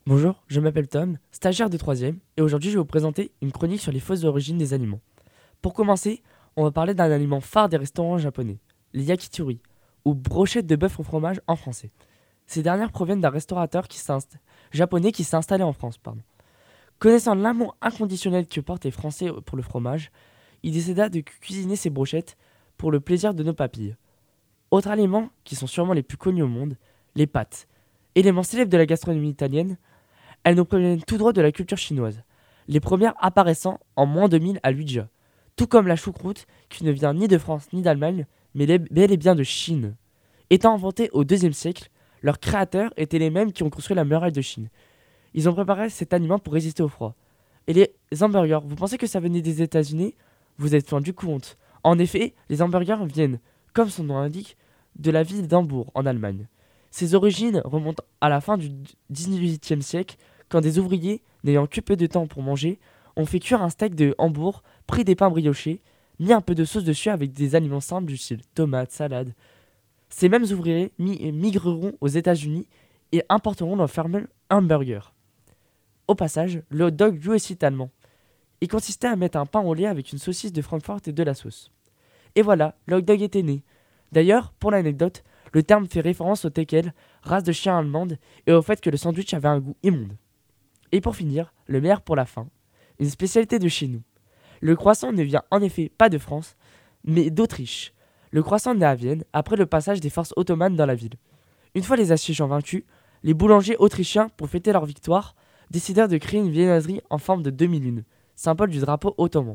Bonjour, je m'appelle Tom, stagiaire de 3e, et aujourd'hui je vais vous présenter une chronique sur les fausses origines des aliments. Pour commencer, on va parler d'un aliment phare des restaurants japonais, les yakitori, ou brochettes de bœuf au fromage en français. Ces dernières proviennent d'un restaurateur japonais qui s'est installé en France. Connaissant l'amour inconditionnel que portent les Français pour le fromage, il décida de cuisiner ses brochettes pour le plaisir de nos papilles. Autres aliments, qui sont sûrement les plus connus au monde, les pâtes. Éléments célèbres de la gastronomie italienne, elles nous proviennent tout droit de la culture chinoise, les premières apparaissant en moins 2000 à Luija, tout comme la choucroute qui ne vient ni de France ni d'Allemagne, mais bel et bien de Chine. Étant inventée au IIe siècle, leurs créateurs étaient les mêmes qui ont construit la muraille de Chine. Ils ont préparé cet aliment pour résister au froid. Et les hamburgers, vous pensez que ça venait des États-Unis ? Vous êtes loin du compte. En effet, les hamburgers viennent, comme son nom l'indique, de la ville d'Hambourg, en Allemagne. Ses origines remontent à la fin du XVIIIe siècle, quand des ouvriers, n'ayant que peu de temps pour manger, ont fait cuire un steak de Hambourg, pris des pains briochés, mis un peu de sauce dessus avec des aliments simples du style tomates, salade. Ces mêmes ouvriers migreront aux États-Unis et importeront leur fameux hamburger. Au passage, le hot dog lui aussi est allemand. Il consistait à mettre un pain au lait avec une saucisse de Francfort et de la sauce. Et voilà, le hot dog était né. D'ailleurs, pour l'anecdote, le terme fait référence au teckel, race de chien allemande, et au fait que le sandwich avait un goût immonde. Et pour finir, le meilleur pour la fin, une spécialité de chez nous. Le croissant ne vient en effet pas de France, mais d'Autriche. Le croissant naît à Vienne après le passage des forces ottomanes dans la ville. Une fois les assiégeants vaincus, les boulangers autrichiens, pour fêter leur victoire, décidèrent de créer une viennoiserie en forme de demi-lune, symbole du drapeau ottoman.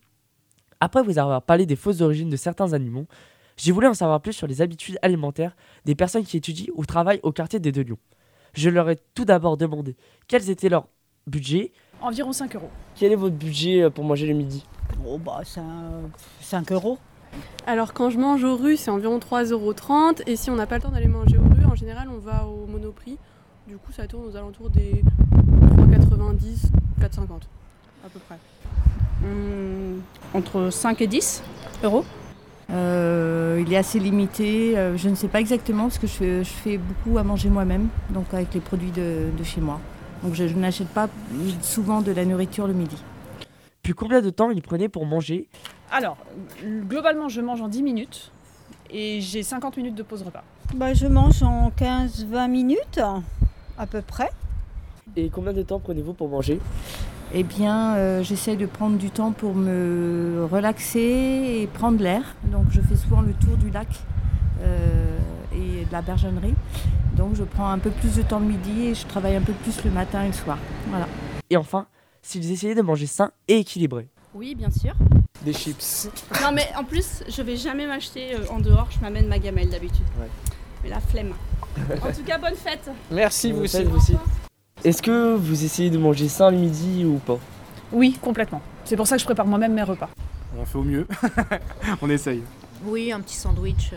Après vous avoir parlé des fausses origines de certains aliments, j'ai voulu en savoir plus sur les habitudes alimentaires des personnes qui étudient ou travaillent au quartier des Deux Lions. Je leur ai tout d'abord demandé quels étaient leurs budgets. Environ 5 €. Quel est votre budget pour manger le midi ? Oh bah 5 €. Alors quand je mange aux rues, c'est environ 3,30 €. Et si on n'a pas le temps d'aller manger aux rues, en général, on va au Monoprix. Du coup, ça tourne aux alentours des 3,90 €, 4,50 € à peu près. Entre 5 et 10 €. Il est assez limité, je ne sais pas exactement parce que je fais beaucoup à manger moi-même, donc avec les produits de chez moi. Donc je n'achète pas souvent de la nourriture le midi. Puis combien de temps il prenait pour manger ? Alors, globalement, je mange en 10 minutes et j'ai 50 minutes de pause repas. Je mange en 15-20 minutes, à peu près. Et combien de temps prenez-vous pour manger ? Eh bien, j'essaie de prendre du temps pour me relaxer et prendre l'air. Donc je fais souvent le tour du lac et de la bergennerie. Donc je prends un peu plus de temps le midi et je travaille un peu plus le matin et le soir. Voilà. Et enfin, si vous essayez de manger sain et équilibré. Oui, bien sûr. Des chips. Non, mais en plus, je vais jamais m'acheter en dehors. Je m'amène ma gamelle d'habitude. Ouais. Mais la flemme. En tout cas, bonne fête. Merci, vous aussi. Est-ce que vous essayez de manger sain le midi ou pas ? Oui, complètement. C'est pour ça que je prépare moi-même mes repas. On fait au mieux. On essaye. Oui, un petit sandwich.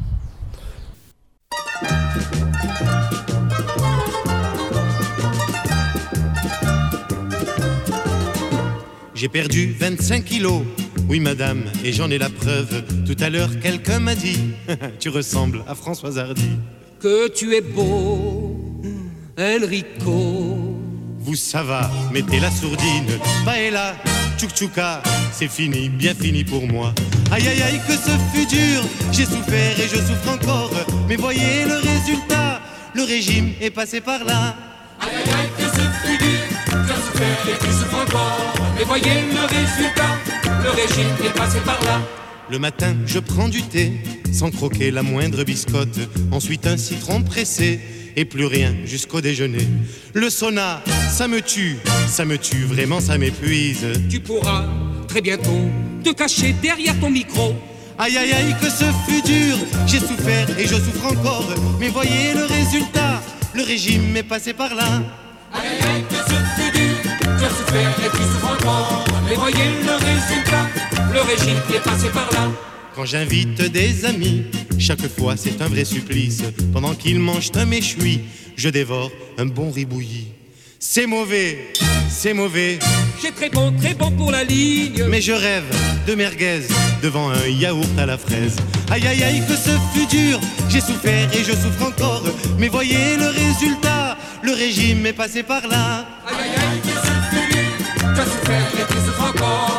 J'ai perdu 25 kilos, oui madame, et j'en ai la preuve. Tout à l'heure, quelqu'un m'a dit, tu ressembles à Françoise Hardy. Que tu es beau, Enrico. Vous ça va, mettez la sourdine, paella, tchouk-tchouka, c'est fini, bien fini pour moi. Aïe aïe aïe que ce fut dur, j'ai souffert et je souffre encore. Mais voyez le résultat, le régime est passé par là. Aïe aïe aïe que ce fut dur, j'ai souffert et tu souffres encore. Mais voyez le résultat, le régime est passé par là. Le matin, je prends du thé, sans croquer la moindre biscotte. Ensuite un citron pressé, et plus rien jusqu'au déjeuner. Le sauna, ça me tue, vraiment ça m'épuise. Tu pourras très bientôt te cacher derrière ton micro. Aïe aïe aïe que ce fut dur, j'ai souffert et je souffre encore. Mais voyez le résultat, le régime est passé par là. Aïe aïe aïe que ce fut dur, j'ai souffert et tu souffres encore. Mais voyez le résultat, le régime est passé par là. Quand j'invite des amis, chaque fois c'est un vrai supplice. Pendant qu'ils mangent un méchoui, je dévore un bon riz bouilli. C'est mauvais, J'ai très bon pour la ligne. mais je rêve de merguez devant un yaourt à la fraise. Aïe aïe aïe que ce fut dur, j'ai souffert et je souffre encore. Mais voyez le résultat, le régime est passé par là. Aïe aïe aïe, que c'est fini, tu as souffert et tu souffres encore.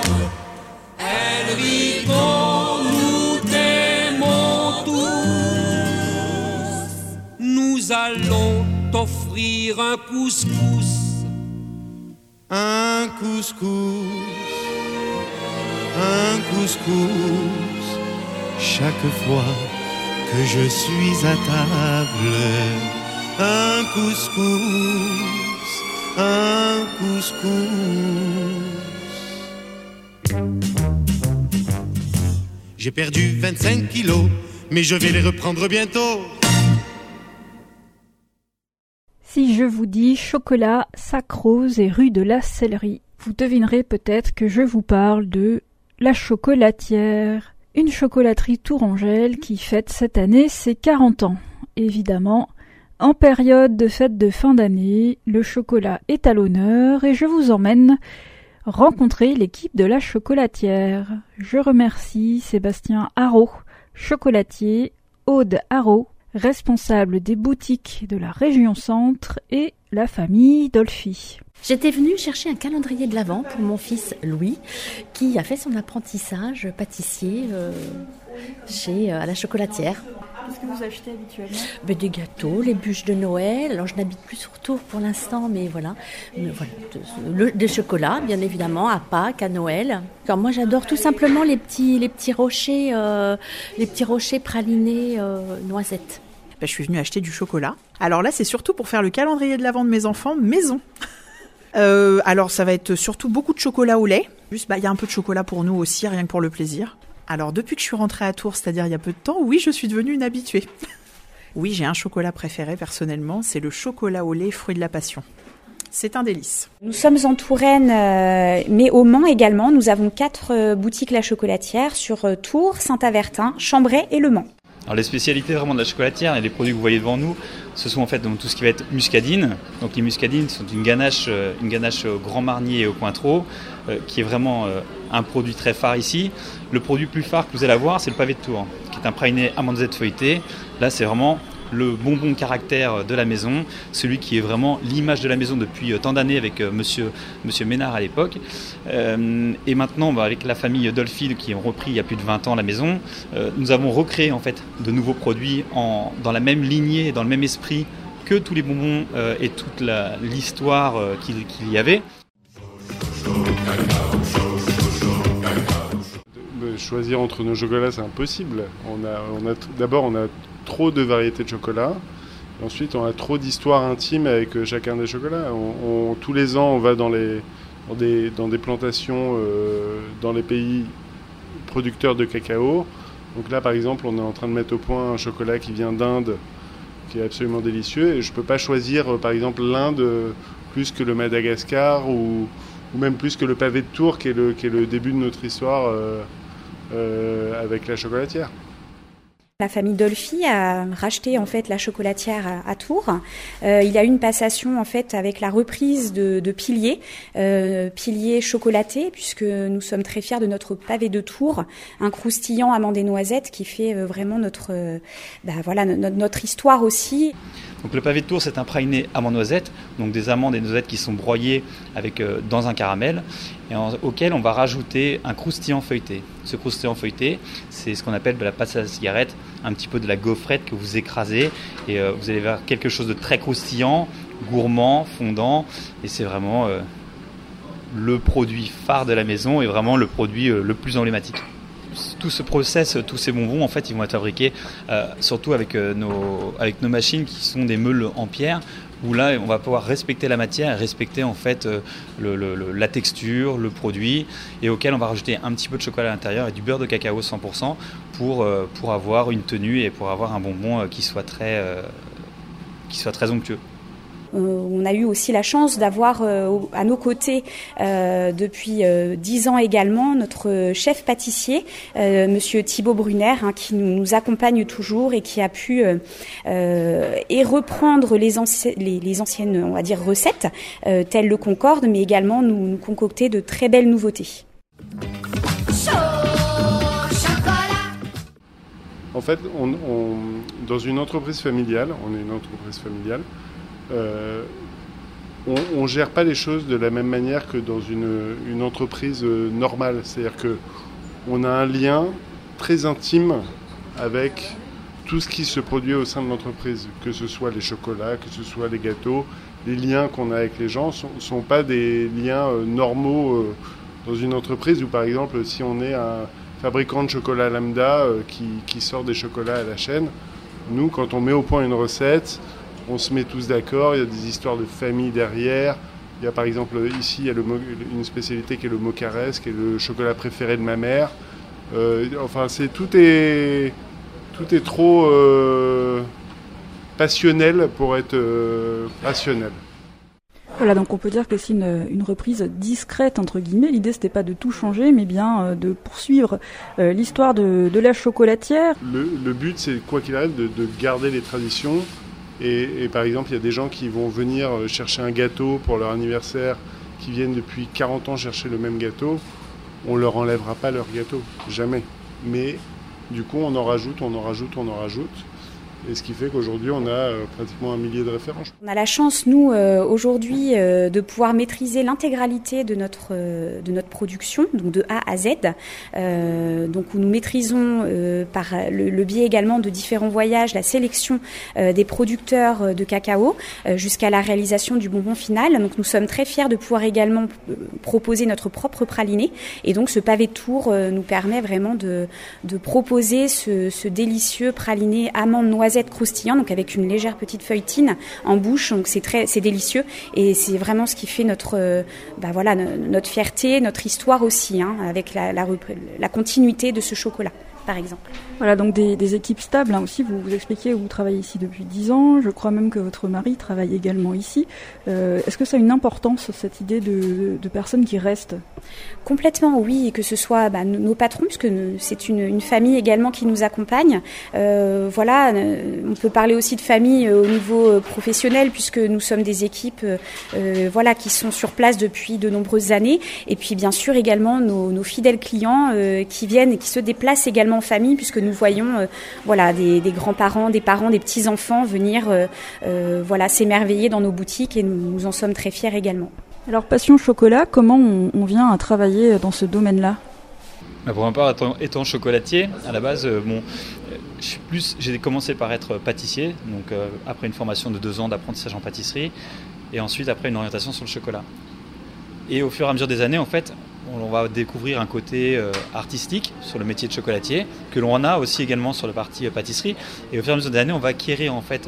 Enrico, nous t'aimons tous. Nous allons t'offrir un couscous. Un couscous, un couscous, chaque fois que je suis à table. Un couscous, un couscous. J'ai perdu 25 kilos, mais je vais les reprendre bientôt. Si je vous dis chocolat, sac rose et rue de la Sellerie, vous devinerez peut-être que je vous parle de la chocolatière, une chocolaterie tourangelle qui fête cette année ses 40 ans. Évidemment, en période de fête de fin d'année, le chocolat est à l'honneur et je vous emmène rencontrer l'équipe de la chocolatière. Je remercie Sébastien Haraud, chocolatier, Aude Haraud, responsable des boutiques de la région Centre, et la famille Dolphy. J'étais venue chercher un calendrier de l'Avent pour mon fils Louis, qui a fait son apprentissage pâtissier à la chocolatière. Qu'est-ce que vous achetez habituellement ? Des gâteaux, les bûches de Noël. Alors je n'habite plus sur Tours pour l'instant, mais voilà. Des chocolats, bien évidemment, à Pâques, à Noël. Alors moi j'adore tout simplement les petits rochers pralinés noisettes. Je suis venue acheter du chocolat. Alors là, c'est surtout pour faire le calendrier de l'Avent de mes enfants maison. Alors ça va être surtout beaucoup de chocolat au lait. Juste, y a un peu de chocolat pour nous aussi, rien que pour le plaisir. Alors depuis que je suis rentrée à Tours, c'est-à-dire il y a peu de temps, oui, je suis devenue une habituée. Oui, j'ai un chocolat préféré personnellement, c'est le chocolat au lait fruit de la passion. C'est un délice. Nous sommes en Touraine, mais au Mans également. Nous avons 4 boutiques La Chocolatière sur Tours, Saint-Avertin, Chambray et Le Mans. Alors les spécialités vraiment de la chocolatière et les produits que vous voyez devant nous, ce sont en fait donc, tout ce qui va être muscadine. Donc les muscadines sont une ganache au Grand Marnier et au Cointreau, qui est vraiment un produit très phare ici. Le produit plus phare que vous allez avoir, c'est le pavé de Tours, qui est un praliné amandesette feuilleté. Là, c'est vraiment le bonbon caractère de la maison, celui qui est vraiment l'image de la maison depuis tant d'années avec monsieur Ménard à l'époque. Et maintenant, avec la famille Dolphy qui ont repris il y a plus de 20 ans la maison, nous avons recréé en fait de nouveaux produits dans la même lignée, dans le même esprit que tous les bonbons et toute l'histoire qu'il y avait. Choisir entre nos chocolats, c'est impossible. D'abord, on a trop de variétés de chocolat. Et ensuite, on a trop d'histoires intimes avec chacun des chocolats. Tous les ans, on va dans des plantations dans les pays producteurs de cacao. Donc là, par exemple, on est en train de mettre au point un chocolat qui vient d'Inde, qui est absolument délicieux. Et je ne peux pas choisir, par exemple, l'Inde plus que le Madagascar ou même plus que le pavé de Tours, qui est le début de notre histoire avec la chocolatière. La famille Dolphy a racheté en fait la chocolatière à Tours. Il y a eu une passation en fait avec la reprise de Pilier, Pilier chocolaté, puisque nous sommes très fiers de notre pavé de Tours, un croustillant amande et noisette qui fait vraiment notre histoire aussi. Donc le pavé de Tours, c'est un praliné amande noisette, donc des amandes et noisettes qui sont broyées dans un caramel, et auquel on va rajouter un croustillant feuilleté. Ce croustillant feuilleté, c'est ce qu'on appelle de la pâte à cigarette, un petit peu de la gaufrette que vous écrasez, et vous allez voir quelque chose de très croustillant, gourmand, fondant, et c'est vraiment le produit phare de la maison et vraiment le produit le plus emblématique. Tout ce process, tous ces bonbons, en fait, ils vont être fabriqués surtout avec nos machines qui sont des meules en pierre, où là, on va pouvoir respecter la matière et respecter en fait la texture, le produit, et auquel on va rajouter un petit peu de chocolat à l'intérieur et du beurre de cacao 100% pour avoir une tenue et pour avoir un bonbon qui soit très onctueux. On a eu aussi la chance d'avoir à nos côtés depuis 10 ans également notre chef pâtissier, monsieur Thibaut Brunner, qui nous accompagne toujours et qui a pu et reprendre les anciennes on va dire recettes telles le Concorde, mais également nous concocter de très belles nouveautés. En fait, dans une entreprise familiale, on est une entreprise familiale. on ne gère pas les choses de la même manière que dans une entreprise normale. C'est-à-dire qu'on a un lien très intime avec tout ce qui se produit au sein de l'entreprise, que ce soit les chocolats, que ce soit les gâteaux. Les liens qu'on a avec les gens ne sont pas des liens normaux dans une entreprise où, par exemple, si on est un fabricant de chocolat lambda qui sort des chocolats à la chaîne, nous, quand on met au point une recette, on se met tous d'accord, il y a des histoires de famille derrière. Il y a par exemple ici, il y a une spécialité qui est le mocares, qui est le chocolat préféré de ma mère. Tout est trop passionnel pour être rationnel. Voilà, donc on peut dire que c'est une reprise discrète, entre guillemets. L'idée, c'était pas de tout changer, mais bien de poursuivre l'histoire de la chocolatière. Le but, c'est, quoi qu'il arrive, de garder les traditions. Et par exemple, il y a des gens qui vont venir chercher un gâteau pour leur anniversaire, qui viennent depuis 40 ans chercher le même gâteau. On leur enlèvera pas leur gâteau, jamais. Mais du coup, on en rajoute. Et ce qui fait qu'aujourd'hui, on a pratiquement 1 millier de références. On a la chance, nous, aujourd'hui, de pouvoir maîtriser l'intégralité de notre production, donc de A à Z. Donc, où nous maîtrisons par le biais également de différents voyages la sélection des producteurs de cacao jusqu'à la réalisation du bonbon final. Donc, nous sommes très fiers de pouvoir également proposer notre propre praliné. Et donc, ce pavé de Tours nous permet vraiment de proposer ce délicieux praliné amande noisette croustillant, donc avec une légère petite feuilletine en bouche, donc c'est délicieux et c'est vraiment ce qui fait notre fierté, notre histoire aussi, avec la continuité de ce chocolat, par exemple. Voilà, donc des équipes stables aussi. Vous expliquez, vous travaillez ici depuis 10 ans. Je crois même que votre mari travaille également ici. Est-ce que ça a une importance, cette idée de personnes qui restent ? Complètement, oui, et que ce soit nos patrons, puisque c'est une famille également qui nous accompagne. On peut parler aussi de famille au niveau professionnel, puisque nous sommes des équipes qui sont sur place depuis de nombreuses années. Et puis bien sûr également nos fidèles clients qui viennent et qui se déplacent également en famille, puisque nous voyons des grands-parents, des parents, des petits-enfants venir s'émerveiller dans nos boutiques et nous en sommes très fiers également. Alors Passion Chocolat, comment on vient à travailler dans ce domaine-là ? Pour ma part, étant chocolatier, à la base, j'ai commencé par être pâtissier, donc après une formation de 2 ans d'apprentissage en pâtisserie, et ensuite après une orientation sur le chocolat. Et au fur et à mesure des années, en fait, on va découvrir un côté artistique sur le métier de chocolatier, que l'on a aussi également sur la partie pâtisserie. Et au fur et à mesure des années, on va acquérir en fait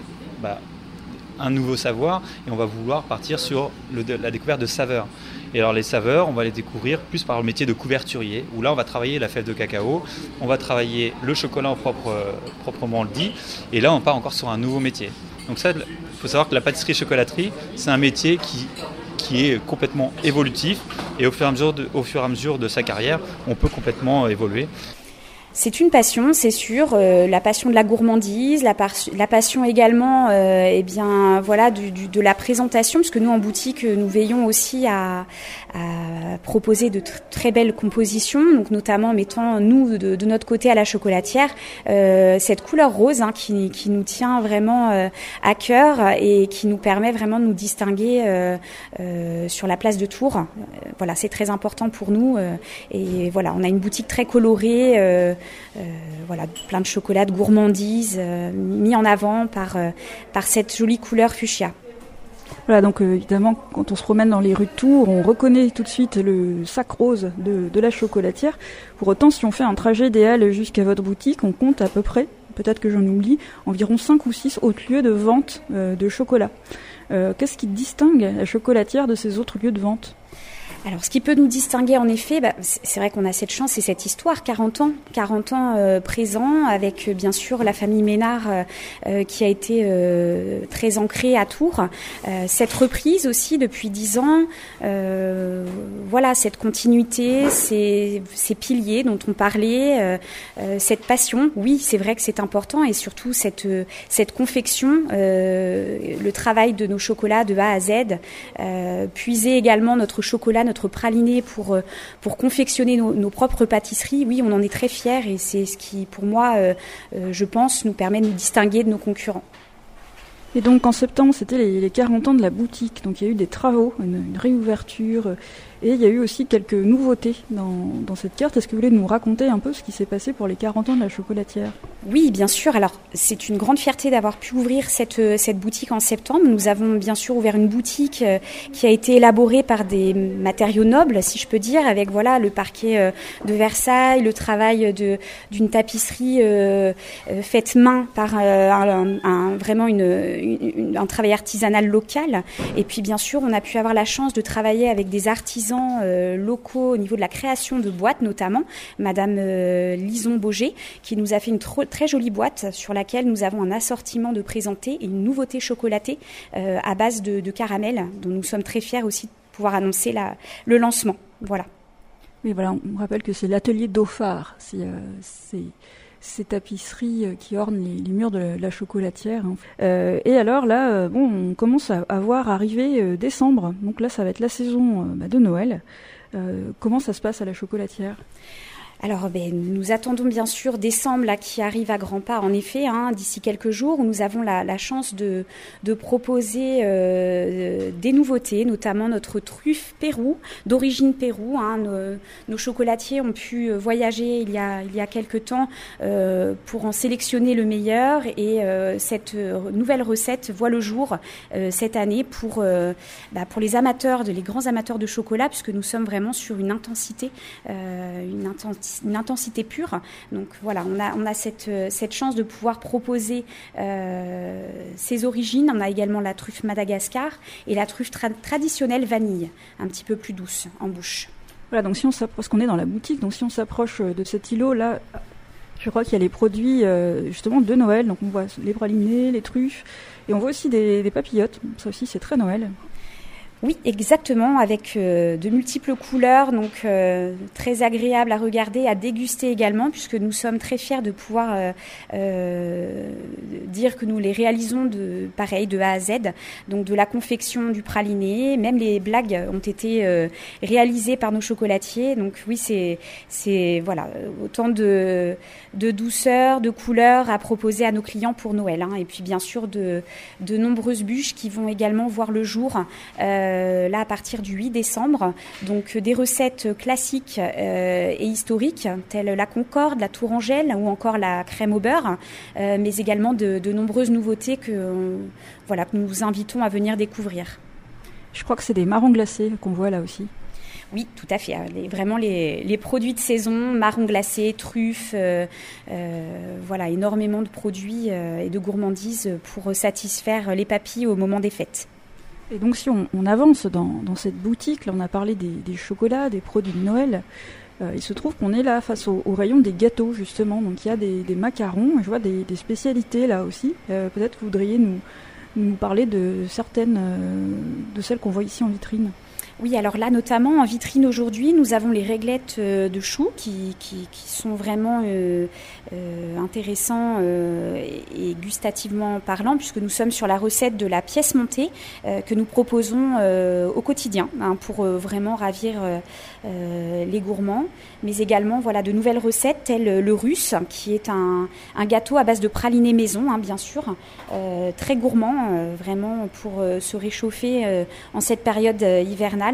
un nouveau savoir et on va vouloir partir sur la découverte de saveurs. Et alors les saveurs, on va les découvrir plus par le métier de couverturier, où là on va travailler la fève de cacao, on va travailler le chocolat proprement dit, et là on part encore sur un nouveau métier. Donc ça, il faut savoir que la pâtisserie-chocolaterie, c'est un métier qui est complètement évolutif, et au fur et à mesure de sa carrière, on peut complètement évoluer. C'est une passion, c'est sûr, la passion de la gourmandise, la passion également de la présentation, puisque nous en boutique, nous veillons aussi à proposer de très belles compositions, donc notamment mettant nous de notre côté à la chocolatière cette couleur rose qui nous tient vraiment à cœur et qui nous permet vraiment de nous distinguer sur la place de Tours. C'est très important pour nous et on a une boutique très colorée. Plein de chocolat, de gourmandise mis en avant par cette jolie couleur fuchsia. Voilà, donc évidemment, quand on se promène dans les rues de Tours, on reconnaît tout de suite le sac rose de la chocolatière. Pour autant, si on fait un trajet des Halles jusqu'à votre boutique, on compte à peu près, peut-être que j'en oublie, environ 5 ou 6 autres lieux de vente de chocolat. Qu'est-ce qui distingue la chocolatière de ces autres lieux de vente ? Alors, ce qui peut nous distinguer, en effet, c'est vrai qu'on a cette chance et cette histoire, 40 ans présents, avec bien sûr la famille Ménard qui a été très ancrée à Tours. Cette reprise aussi depuis 10 ans, cette continuité, ces piliers dont on parlait, cette passion, oui, c'est vrai que c'est important, et surtout cette confection, le travail de nos chocolats de A à Z, puiser également notre chocolat, notre praliné pour confectionner nos propres pâtisseries. Oui, on en est très fiers et c'est ce qui, pour moi, je pense, nous permet de nous distinguer de nos concurrents. Et donc en septembre, c'était les 40 ans de la boutique. Donc il y a eu des travaux, une réouverture, et il y a eu aussi quelques nouveautés dans cette carte. Est-ce que vous voulez nous raconter un peu ce qui s'est passé pour les 40 ans de la chocolatière ? Oui, bien sûr. Alors, c'est une grande fierté d'avoir pu ouvrir cette boutique en septembre. Nous avons bien sûr ouvert une boutique qui a été élaborée par des matériaux nobles, si je peux dire, avec voilà le parquet de Versailles, le travail d'une tapisserie faite main par vraiment un travail artisanal local. Et puis, bien sûr, on a pu avoir la chance de travailler avec des artisans locaux au niveau de la création de boîtes, notamment Madame Lison Boger, qui nous a fait une très jolie boîte sur laquelle nous avons un assortiment de présentés et une nouveauté chocolatée à base de caramel, dont nous sommes très fiers aussi de pouvoir annoncer le lancement. Voilà. Oui, voilà, on rappelle que c'est l'atelier Dauphard, ces tapisseries qui ornent les murs de la chocolatière. Et alors là, on commence à voir arriver décembre. Donc là, ça va être la saison de Noël. Comment ça se passe à la chocolatière ? Alors, nous attendons bien sûr décembre là, qui arrive à grands pas, en effet, d'ici quelques jours, où nous avons la chance de proposer des nouveautés, notamment notre truffe Pérou, d'origine Pérou. Nos chocolatiers ont pu voyager il y a quelques temps pour en sélectionner le meilleur, et cette nouvelle recette voit le jour cette année pour les amateurs, les grands amateurs de chocolat, puisque nous sommes vraiment sur une intensité pure. Donc voilà, on a cette chance de pouvoir proposer ces origines. On a également la truffe Madagascar et la truffe traditionnelle vanille, un petit peu plus douce en bouche. Voilà, donc si on s'approche, parce qu'on est dans la boutique, donc si on s'approche de cet îlot là, je crois qu'il y a les produits justement de Noël. Donc on voit les pralinés, les truffes, et on voit aussi des papillotes. Ça aussi, c'est très Noël. Oui, exactement, avec de multiples couleurs, donc très agréable à regarder, à déguster également, puisque nous sommes très fiers de pouvoir dire que nous les réalisons de A à Z, donc de la confection du praliné, même les blagues ont été réalisées par nos chocolatiers. Donc oui, c'est voilà, autant de douceur, de couleurs à proposer à nos clients pour Noël, et puis bien sûr de nombreuses bûches qui vont également voir le jour là à partir du 8 décembre, donc des recettes classiques et historiques telles la Concorde, la Tourangelle ou encore la crème au beurre, mais également de nombreuses nouveautés que nous vous invitons à venir découvrir. Je crois que c'est des marrons glacés qu'on voit là aussi. Oui, tout à fait. Vraiment les produits de saison, marrons glacés, truffes, énormément de produits et de gourmandises pour satisfaire les papilles au moment des fêtes. Et donc si on avance dans cette boutique, là on a parlé des chocolats, des produits de Noël, il se trouve qu'on est là face au rayon des gâteaux justement, donc il y a des macarons, je vois des spécialités là aussi. Peut-être que vous voudriez nous parler de certaines de celles qu'on voit ici en vitrine. Oui, alors là, notamment en vitrine aujourd'hui, nous avons les réglettes de choux qui sont vraiment intéressants et gustativement parlant, puisque nous sommes sur la recette de la pièce montée que nous proposons au quotidien pour vraiment ravir les gourmands, mais également de nouvelles recettes telles le russe, qui est un gâteau à base de praliné maison, bien sûr, très gourmand, vraiment pour se réchauffer en cette période hivernale.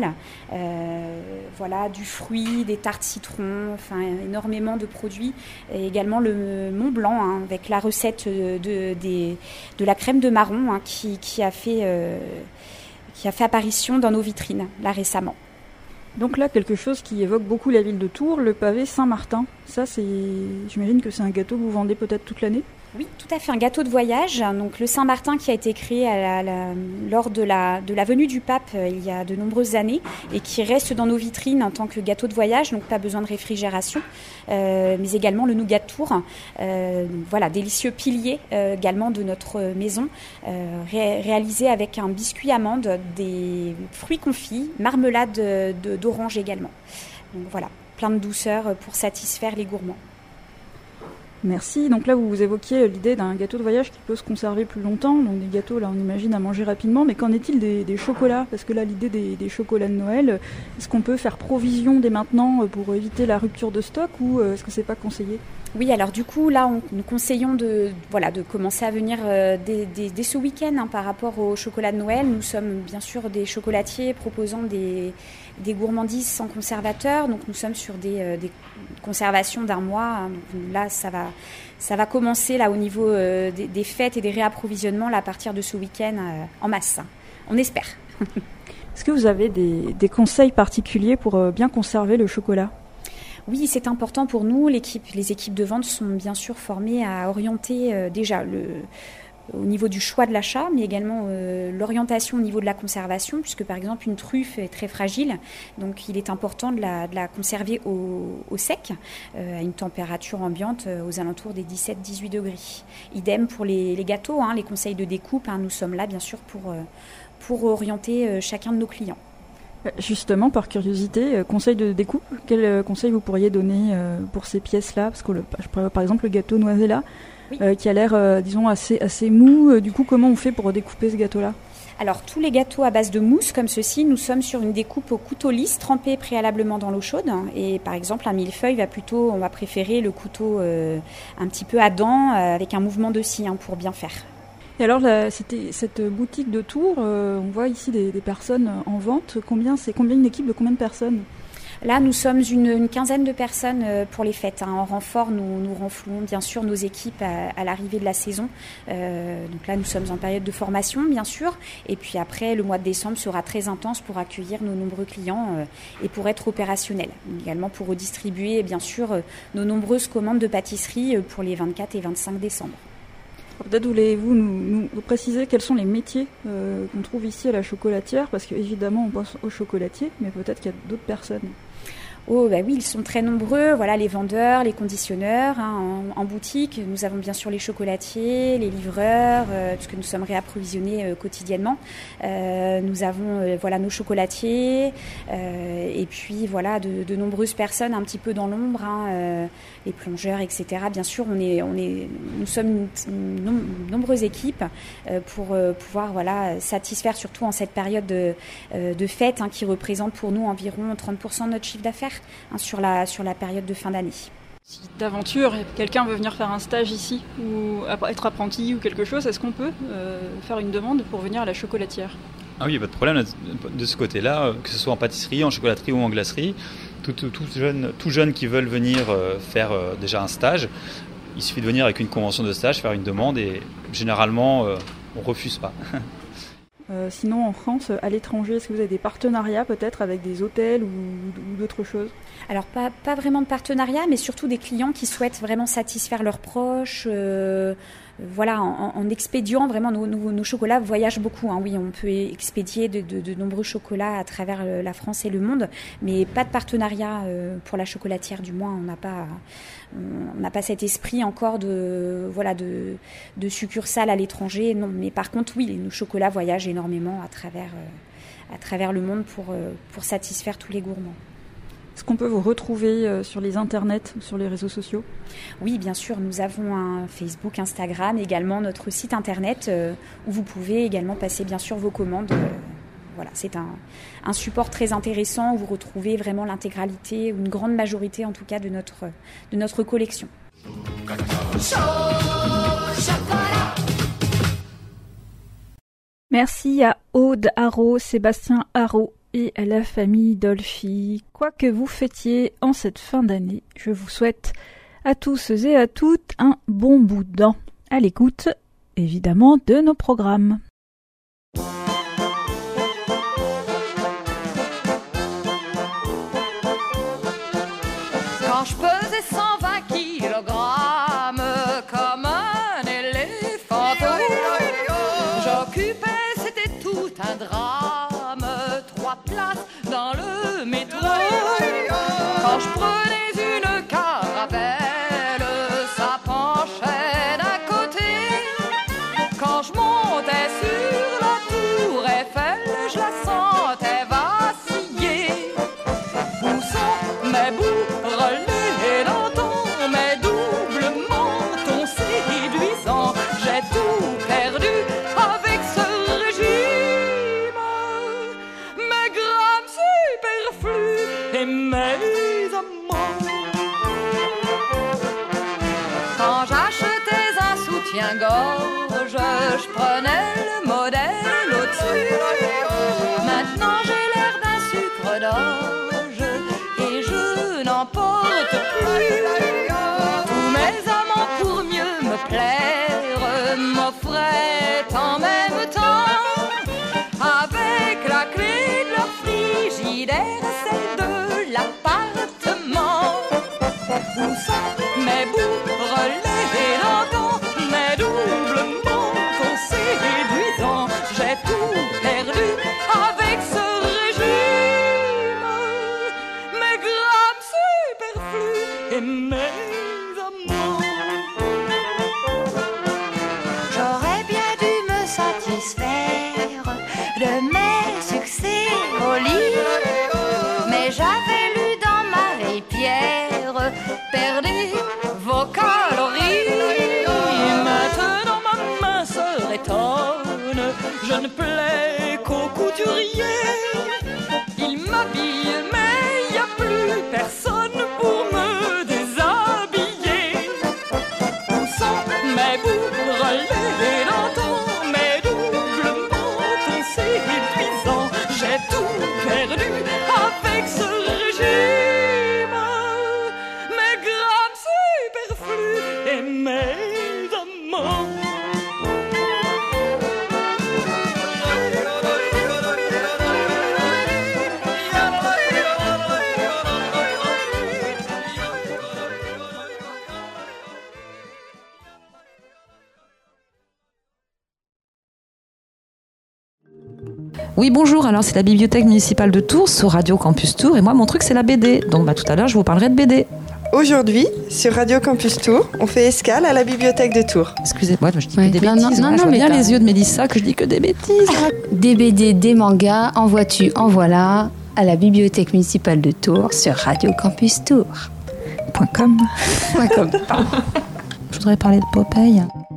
Du fruit, des tartes citron, énormément de produits, et également le Mont Blanc avec la recette de la crème de marron qui a fait apparition dans nos vitrines là récemment. Donc là, quelque chose qui évoque beaucoup la ville de Tours, le pavé Saint-Martin. Ça, j'imagine que c'est un gâteau que vous vendez peut-être toute l'année ? Oui, tout à fait, un gâteau de voyage. Donc le Saint-Martin qui a été créé lors de la venue du pape il y a de nombreuses années et qui reste dans nos vitrines en tant que gâteau de voyage, donc pas besoin de réfrigération, mais également le nougat de Tours. Délicieux pilier également de notre maison, réalisé avec un biscuit amande, des fruits confits, marmelade d'orange également. Donc voilà, plein de douceur pour satisfaire les gourmands. Merci. Donc là, vous évoquiez l'idée d'un gâteau de voyage qui peut se conserver plus longtemps. Donc des gâteaux, là, on imagine à manger rapidement. Mais qu'en est-il des chocolats ? Parce que là, l'idée des chocolats de Noël, est-ce qu'on peut faire provision dès maintenant pour éviter la rupture de stock ou est-ce que c'est pas conseillé ? Oui, alors du coup, là, nous conseillons de commencer à venir dès ce week-end par rapport au chocolat de Noël. Nous sommes bien sûr des chocolatiers proposant des gourmandises sans conservateur. Donc nous sommes sur des conservations d'1 mois. Là, ça va commencer là, au niveau des fêtes et des réapprovisionnements là, à partir de ce week-end en masse. On espère. Est-ce que vous avez des conseils particuliers pour bien conserver le chocolat ? Oui, c'est important pour nous. Les équipes de vente sont bien sûr formées à orienter déjà au niveau du choix de l'achat, mais également l'orientation au niveau de la conservation, puisque par exemple une truffe est très fragile, donc il est important de la conserver au sec, à une température ambiante aux alentours des 17-18 degrés. Idem pour les gâteaux, les conseils de découpe, nous sommes là bien sûr pour orienter chacun de nos clients. Justement, par curiosité, conseil de découpe, quel conseil vous pourriez donner pour ces pièces-là ? Parce que par exemple le gâteau Noisella, qui a l'air, disons, assez mou. Du coup, comment on fait pour découper ce gâteau-là ? Alors, tous les gâteaux à base de mousse, comme ceci, nous sommes sur une découpe au couteau lisse, trempé préalablement dans l'eau chaude. Et par exemple, un millefeuille on va préférer le couteau un petit peu à dents, avec un mouvement de scie pour bien faire. Et alors, c'était cette boutique de Tours, on voit ici des personnes en vente. Une équipe de combien de personnes ? Là, nous sommes une quinzaine de personnes pour les fêtes. En renfort, nous renflouons bien sûr nos équipes à l'arrivée de la saison. Donc là, nous sommes en période de formation, bien sûr. Et puis après, le mois de décembre sera très intense pour accueillir nos nombreux clients et pour être opérationnel. Également pour redistribuer, bien sûr, nos nombreuses commandes de pâtisserie pour les 24 et 25 décembre. Peut-être voulez-vous nous préciser quels sont les métiers qu'on trouve ici à la chocolatière, parce qu'évidemment on pense aux chocolatiers, mais peut-être qu'il y a d'autres personnes. Oh bah oui, ils sont très nombreux. Voilà, les vendeurs, les conditionneurs en boutique. Nous avons bien sûr les chocolatiers, les livreurs, puisque nous sommes réapprovisionnés quotidiennement. Nous avons nos chocolatiers et puis voilà de nombreuses personnes un petit peu dans l'ombre, les plongeurs, etc. Bien sûr, nous sommes une nombreuse équipe pour pouvoir satisfaire surtout en cette période de fête qui représente pour nous environ 30% de notre chiffre d'affaires. Sur la période de fin d'année. Si d'aventure, quelqu'un veut venir faire un stage ici ou être apprenti ou quelque chose, est-ce qu'on peut faire une demande pour venir à la chocolatière ? Ah oui, il n'y a pas de problème de ce côté-là, que ce soit en pâtisserie, en chocolaterie ou en glacerie. Tout jeune qui veulent venir faire déjà un stage, il suffit de venir avec une convention de stage, faire une demande et généralement on ne refuse pas. Sinon, en France, à l'étranger, est-ce que vous avez des partenariats peut-être avec des hôtels ou d'autres choses ? Alors, pas vraiment de partenariat, mais surtout des clients qui souhaitent vraiment satisfaire leurs proches. En expédiant, vraiment, nos chocolats voyagent beaucoup. Oui, on peut expédier de nombreux chocolats à travers la France et le monde, mais pas de partenariat pour la chocolatière, du moins. On n'a pas cet esprit encore de succursale à l'étranger. Non, mais par contre, oui, nos chocolats voyagent énormément à travers le monde pour satisfaire tous les gourmands. Est-ce qu'on peut vous retrouver sur les internets, sur les réseaux sociaux ? Oui, bien sûr. Nous avons un Facebook, Instagram, également notre site internet où vous pouvez également passer bien sûr vos commandes. C'est un support très intéressant où vous retrouvez vraiment l'intégralité, ou une grande majorité en tout cas de notre collection. Merci à Aude Haro, Sébastien Haro et à la famille Dolphy. Quoi que vous fêtiez en cette fin d'année, je vous souhaite à tous et à toutes un bon boudin à l'écoute, évidemment, de nos programmes. Quand je pesais 120 kilogrammes comme un éléphanteau, j'occupais, c'était tout un drame, 3 places dans le métro. Quand je prenais une caravelle, ça penchait d'un côté. Quand je montais sur la tour Eiffel, je la sentais vaciller. Où sont mes bourrelets d'antan, mes doubles mentons séduisants? J'ai tout perdu avec ce régime, mes grammes superflus et mes amants. soutien-gorge, je prenais le modèle au-dessus. Maintenant j'ai l'air d'un sucre d'orge et je n'en porte plus. Tous mes amants pour mieux me plaire m'offraient en même temps, avec la clé de leur frigidaire, celle de l'appartement. Où sont mes bourrelets et lentants, mes doubles mots séduisants? J'ai tout perdu avec ce régime, mes grammes superflus et mes amants. J'aurais bien dû me satisfaire de mes succès au lit, mais j'avais lu dans ma vieille pierre, perdez vos calories. Maintenant ma minceur étonne, je ne plais qu'au couturier. Il m'habille mais y a plus personne pour me déshabiller. Où sont mes bourrelets lentants, mes doubles mentons séduisants? J'ai tout perdu avec ce régime, mes grammes superflus et mes amants. Oui, bonjour, alors c'est la bibliothèque municipale de Tours sur Radio Campus Tours et moi mon truc c'est la BD, donc tout à l'heure je vous parlerai de BD. Aujourd'hui, sur Radio Campus Tours, on fait escale à la bibliothèque de Tours. Excusez-moi, je dis que des bêtises, je vois bien les yeux de Mélissa que je dis que des bêtises. Des BD, des mangas, en vois-tu, en voilà, à la bibliothèque municipale de Tours sur Radio Campus Tours. .com. Je voudrais parler de Popeye.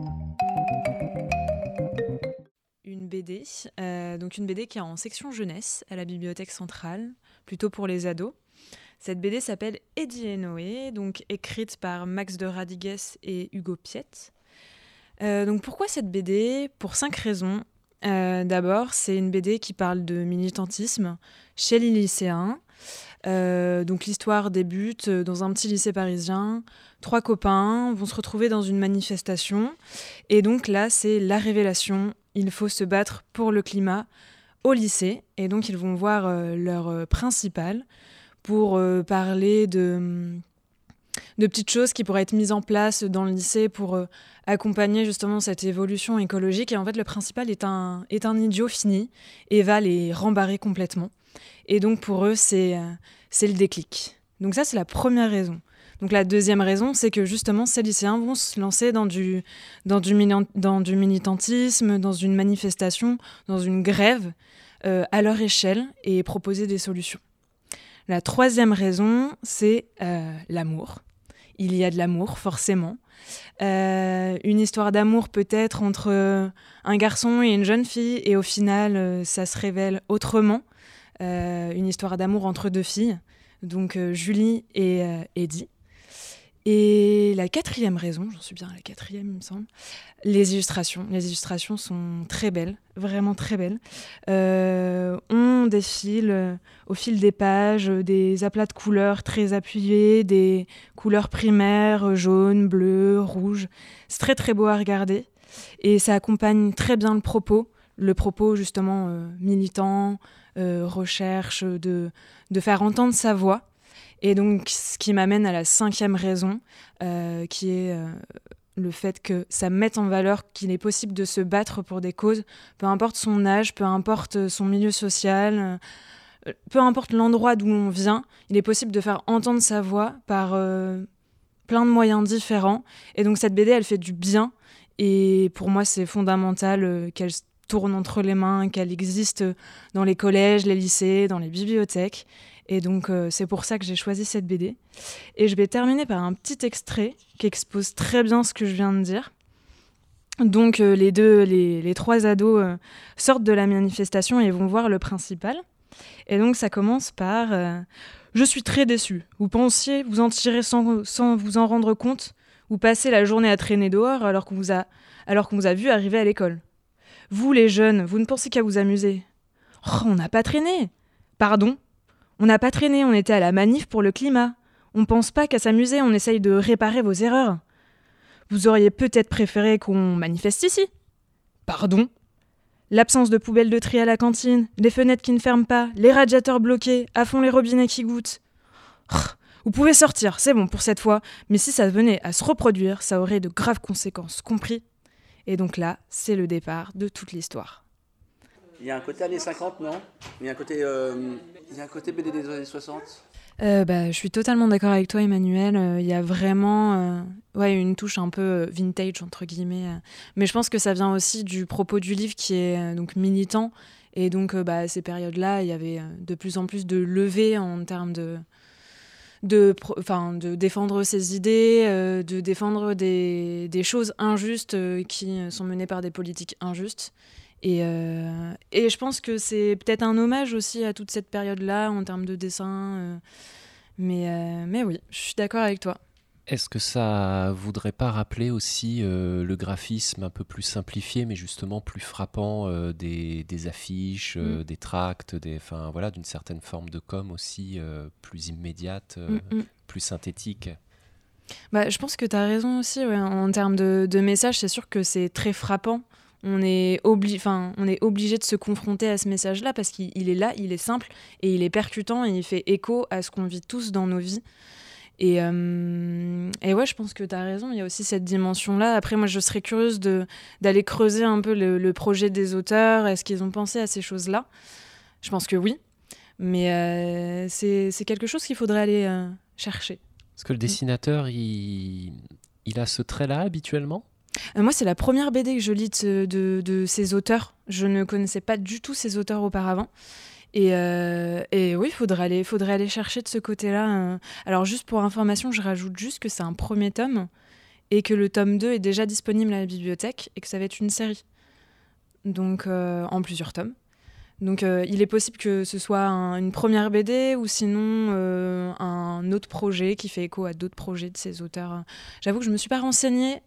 Une BD, donc une BD qui est en section jeunesse à la bibliothèque centrale, plutôt pour les ados. Cette BD s'appelle Eddie et Noé, donc écrite par Max de Radigues et Hugo Piette. Donc pourquoi cette BD ? Pour 5 raisons. D'abord, c'est une BD qui parle de militantisme chez les lycéens. Donc l'histoire débute dans un petit lycée parisien. 3 copains vont se retrouver dans une manifestation. Et donc là, c'est la révélation. Il faut se battre pour le climat au lycée. Et donc ils vont voir leur principal pour parler de petites choses qui pourraient être mises en place dans le lycée pour accompagner justement cette évolution écologique. Et en fait, le principal est un idiot fini et va les rembarrer complètement. Et donc, pour eux, c'est le déclic. Donc ça, c'est la première raison. Donc la deuxième raison, c'est que justement, ces lycéens vont se lancer dans du militantisme, dans une manifestation, dans une grève à leur échelle et proposer des solutions. La troisième raison, c'est l'amour. Il y a de l'amour, forcément. Une histoire d'amour peut-être entre un garçon et une jeune fille, et au final, ça se révèle autrement. Une histoire d'amour entre 2 filles, donc Julie et Eddie. Et la quatrième raison, j'en suis bien à la quatrième, il me semble, les illustrations. Les illustrations sont très belles, vraiment très belles. On défile au fil des pages des aplats de couleurs très appuyés, des couleurs primaires, jaune, bleu, rouge. C'est très très beau à regarder et ça accompagne très bien le propos justement militant, recherche, de faire entendre sa voix. Et donc, ce qui m'amène à la 5e raison, qui est le fait que ça mette en valeur qu'il est possible de se battre pour des causes, peu importe son âge, peu importe son milieu social, peu importe l'endroit d'où on vient, il est possible de faire entendre sa voix par plein de moyens différents. Et donc, cette BD, elle fait du bien. Et pour moi, c'est fondamental qu'elle tourne entre les mains, qu'elle existe dans les collèges, les lycées, dans les bibliothèques. Et donc, c'est pour ça que j'ai choisi cette BD. Et je vais terminer par un petit extrait qui expose très bien ce que je viens de dire. Donc, les 3 ados sortent de la manifestation et vont voir le principal. Et donc, ça commence par « Je suis très déçue. Vous pensiez vous en tirer sans vous en rendre compte ? Ou passer la journée à traîner dehors alors qu'on vous a vu arriver à l'école. Vous, les jeunes, vous ne pensez qu'à vous amuser. Oh, on n'a pas traîné. Pardon ? On n'a pas traîné, on était à la manif pour le climat. On pense pas qu'à s'amuser, on essaye de réparer vos erreurs. Vous auriez peut-être préféré qu'on manifeste ici. Pardon ? L'absence de poubelles de tri à la cantine, les fenêtres qui ne ferment pas, les radiateurs bloqués, à fond les robinets qui goûtent. Vous pouvez sortir, c'est bon pour cette fois, mais si ça venait à se reproduire, ça aurait de graves conséquences, compris ? Et donc là, c'est le départ de toute l'histoire. Il y a un côté années 50, non ? Il y a un côté BD des années 60 ? Je suis totalement d'accord avec toi, Emmanuel. Il y a vraiment une touche un peu vintage, entre guillemets. Mais je pense que ça vient aussi du propos du livre qui est donc militant. Et donc, à ces périodes-là, il y avait de plus en plus de levées en termes de défendre ses idées, de défendre des choses injustes qui sont menées par des politiques injustes. Et je pense que c'est peut-être un hommage aussi à toute cette période-là en termes de dessin. Mais oui, je suis d'accord avec toi. Est-ce que ça voudrait pas rappeler aussi le graphisme un peu plus simplifié, mais justement plus frappant des affiches, des tracts, d'une certaine forme de com aussi plus immédiate, plus synthétique? Je pense que tu as raison aussi. Ouais. En termes de message, c'est sûr que c'est très frappant. On est obligé de se confronter à ce message-là parce qu'il est là, il est simple et il est percutant et il fait écho à ce qu'on vit tous dans nos vies. Et ouais, je pense que tu as raison, il y a aussi cette dimension-là. Après, moi, je serais curieuse d'aller creuser un peu le projet des auteurs. Est-ce qu'ils ont pensé à ces choses-là ? Je pense que oui, mais c'est quelque chose qu'il faudrait aller chercher. Est-ce que le dessinateur, il a ce trait-là habituellement ? Moi, c'est la première BD que je lis de ces auteurs. Je ne connaissais pas du tout ces auteurs auparavant. Et oui, il faudrait aller chercher de ce côté-là. Alors, juste pour information, je rajoute juste que c'est un premier tome et que le tome 2 est déjà disponible à la bibliothèque et que ça va être une série. Donc, en plusieurs tomes. Donc, il est possible que ce soit une première BD ou sinon un autre projet qui fait écho à d'autres projets de ces auteurs. J'avoue que je ne me suis pas renseignée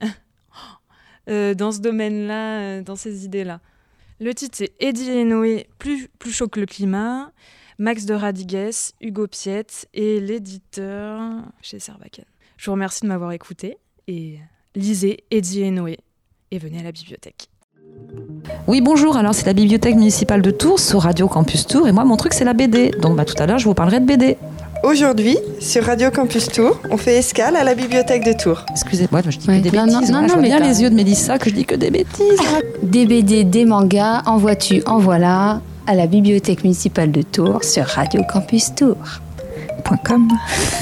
dans ce domaine-là, dans ces idées-là. Le titre, c'est Eddie et Noé, plus chaud que le climat, Max de Radigues, Hugo Piette et l'éditeur chez Sarbacane. Je vous remercie de m'avoir écouté et lisez Eddie et Noé et venez à la bibliothèque. Oui, bonjour, alors c'est la bibliothèque municipale de Tours sur Radio Campus Tours et moi mon truc c'est la BD, donc tout à l'heure je vous parlerai de BD. Aujourd'hui, sur Radio Campus Tours, on fait escale à la bibliothèque de Tours. Excusez-moi, je dis que des bêtises. Je vois bien les yeux de Mélissa que je dis que des bêtises. Des BD, des mangas, en vois-tu, en voilà, à la bibliothèque municipale de Tours sur Radio Campus Tours. .com.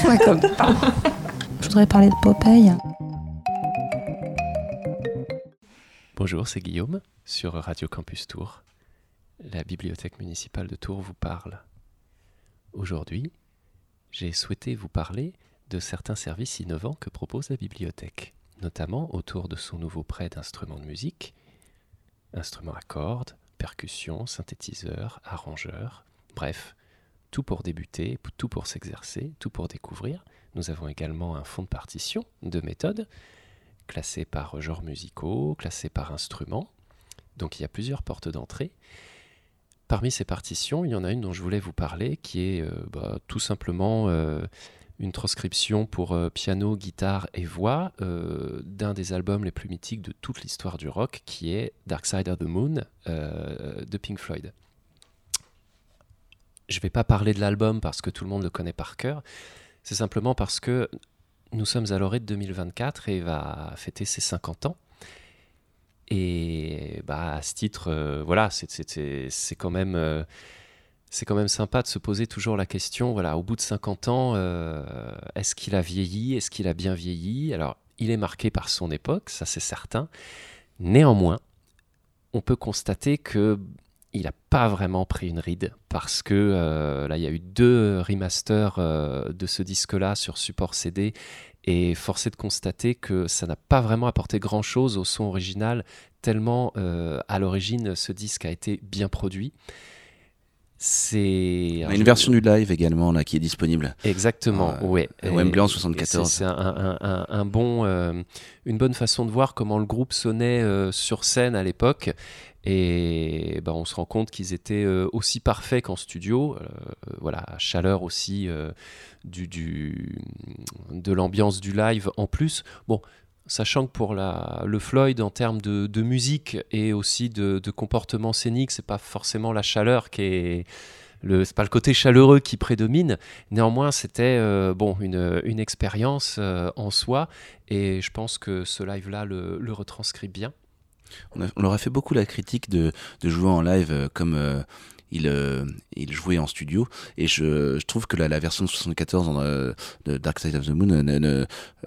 Je voudrais parler de Popeye. Bonjour, c'est Guillaume sur Radio Campus Tours. La bibliothèque municipale de Tours vous parle. Aujourd'hui, j'ai souhaité vous parler de certains services innovants que propose la bibliothèque, notamment autour de son nouveau prêt d'instruments de musique, instruments à cordes, percussions, synthétiseurs, arrangeurs, bref, tout pour débuter, tout pour s'exercer, tout pour découvrir. Nous avons également un fonds de partition de méthode, classé par genres musicaux, classé par instruments, donc il y a plusieurs portes d'entrée. Parmi ces partitions, il y en a une dont je voulais vous parler, qui est tout simplement une transcription pour piano, guitare et voix d'un des albums les plus mythiques de toute l'histoire du rock, qui est Dark Side of the Moon de Pink Floyd. Je ne vais pas parler de l'album parce que tout le monde le connaît par cœur, c'est simplement parce que nous sommes à l'orée de 2024 et va fêter ses 50 ans. Et à ce titre, c'est quand même sympa de se poser toujours la question, au bout de 50 ans, est-ce qu'il a vieilli ? Est-ce qu'il a bien vieilli ? Alors, il est marqué par son époque, ça c'est certain. Néanmoins, on peut constater qu'il n'a pas vraiment pris une ride, parce que là, il y a eu 2 remasters de ce disque-là sur support CD, et force est de constater que ça n'a pas vraiment apporté grand-chose au son original, tellement à l'origine ce disque a été bien produit. On a une version du live également là, qui est disponible. Exactement, ouais. Wembley en 74. C'est une bonne façon de voir comment le groupe sonnait sur scène à l'époque. Et on se rend compte qu'ils étaient aussi parfaits qu'en studio. Voilà, chaleur aussi de l'ambiance du live en plus. Bon, sachant que pour le Floyd, en termes de musique et aussi de comportement scénique, c'est pas forcément la chaleur qui est... c'est pas le côté chaleureux qui prédomine. Néanmoins, c'était une expérience en soi. Et je pense que ce live-là le retranscrit bien. On leur a fait beaucoup la critique de jouer en live comme il jouait en studio, et je trouve que la version de 74 de Dark Side of the Moon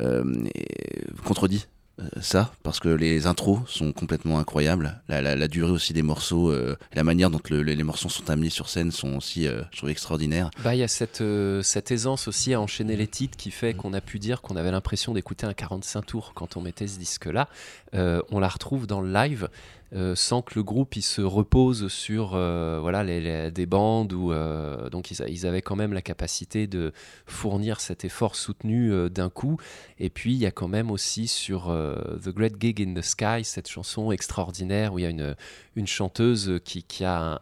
contredit ça, parce que les intros sont complètement incroyables, la durée aussi des morceaux, la manière dont les morceaux sont amenés sur scène sont aussi, je trouve, extraordinaires. Il y a cette aisance aussi à enchaîner les titres qui fait qu'on a pu dire qu'on avait l'impression d'écouter un 45 tours quand on mettait ce disque-là. On la retrouve dans le live, sans que le groupe il se repose sur des bandes où donc ils avaient quand même la capacité de fournir cet effort soutenu d'un coup. Et puis il y a quand même aussi sur The Great Gig in the Sky, cette chanson extraordinaire où il y a une chanteuse qui a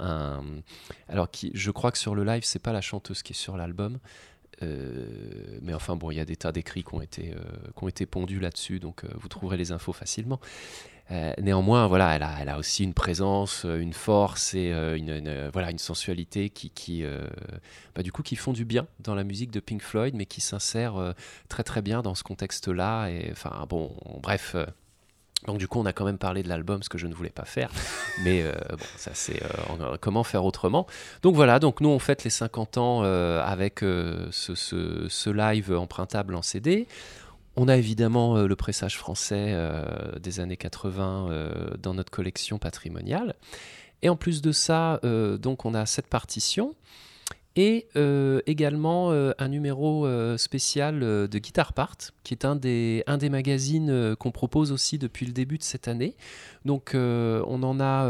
je crois que sur le live c'est pas la chanteuse qui est sur l'album. Mais enfin bon, il y a des tas d'écrits qui ont été pondus là-dessus, donc vous trouverez les infos facilement. Néanmoins, voilà, elle a aussi une présence, une force et une sensualité qui font du bien dans la musique de Pink Floyd, mais qui s'insèrent très très bien dans ce contexte-là. Et enfin bon, bref. Donc du coup, on a quand même parlé de l'album, ce que je ne voulais pas faire. Mais ça c'est comment faire autrement. Donc voilà, donc nous on fête les 50 ans avec ce live empruntable en CD. On a évidemment le pressage français des années 80 dans notre collection patrimoniale. Et en plus de ça, donc on a cette partition et également un numéro spécial de Guitar Part, qui est un des magazines qu'on propose aussi depuis le début de cette année. Donc on en a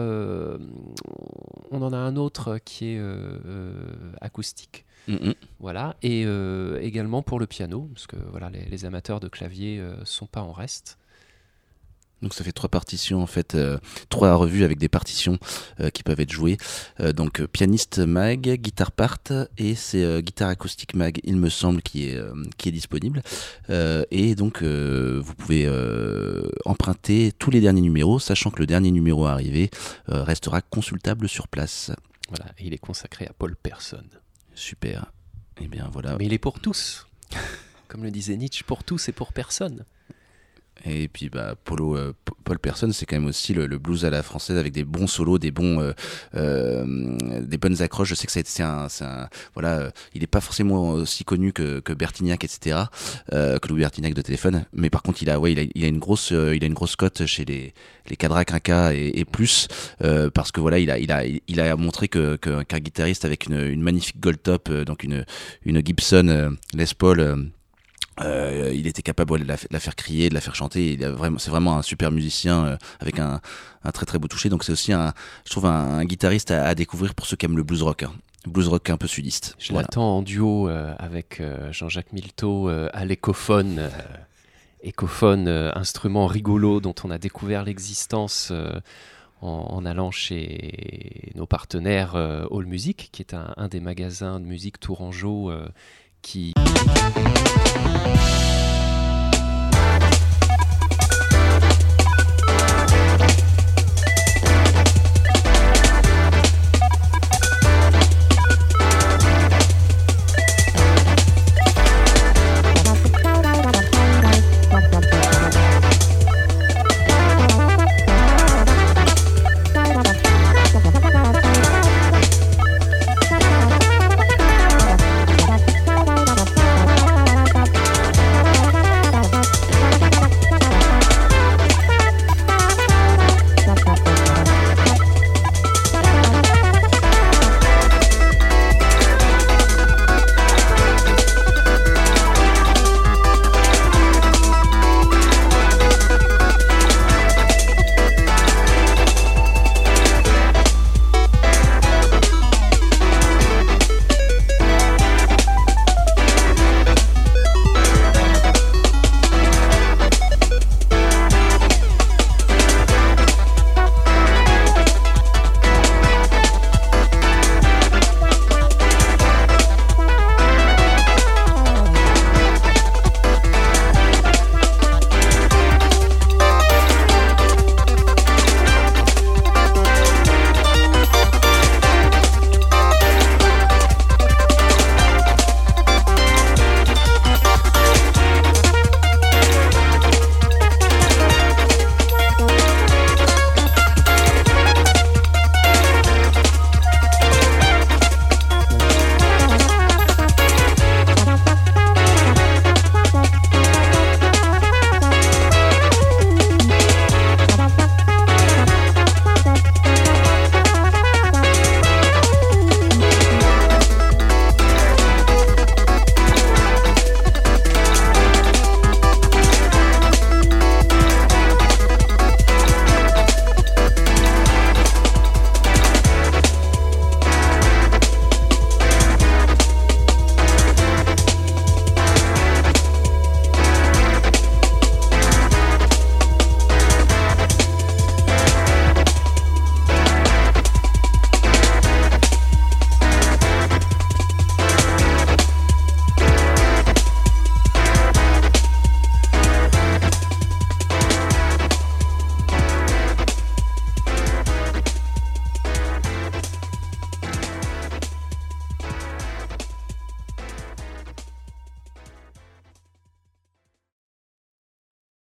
un autre qui est acoustique. Voilà, et également pour le piano, parce que voilà, les amateurs de clavier sont pas en reste. Donc ça fait 3 partitions en fait, 3 revues avec des partitions qui peuvent être jouées. Donc pianiste mag, guitare part, et c'est guitare acoustique mag, il me semble, qui est disponible. Et donc vous pouvez emprunter tous les derniers numéros, sachant que le dernier numéro arrivé restera consultable sur place. Voilà, et il est consacré à Paul Persson. Super. Et bien voilà. Mais il est pour tous. Comme le disait Nietzsche, pour tous et pour personne. Et puis Paul Persson, c'est quand même aussi le blues à la française, avec des bons solos, des bonnes accroches. Je sais que il est pas forcément aussi connu que Bertignac, etc., que Louis Bertignac de Téléphone, mais par contre il a une grosse cote chez les cadres quinca et plus, parce que voilà, il a montré qu'un guitariste avec une magnifique gold top, donc une Gibson Les Paul, il était capable de la faire crier, de la faire chanter. C'est vraiment un super musicien avec un très très beau toucher. Donc c'est aussi je trouve un guitariste à découvrir pour ceux qui aiment le blues rock. Blues rock un peu sudiste. Je l'attends en duo avec Jean-Jacques Milteau à l'écophone. Écophone, instrument rigolo dont on a découvert l'existence en allant chez nos partenaires All Music, qui est un des magasins de musique tourangeau qui...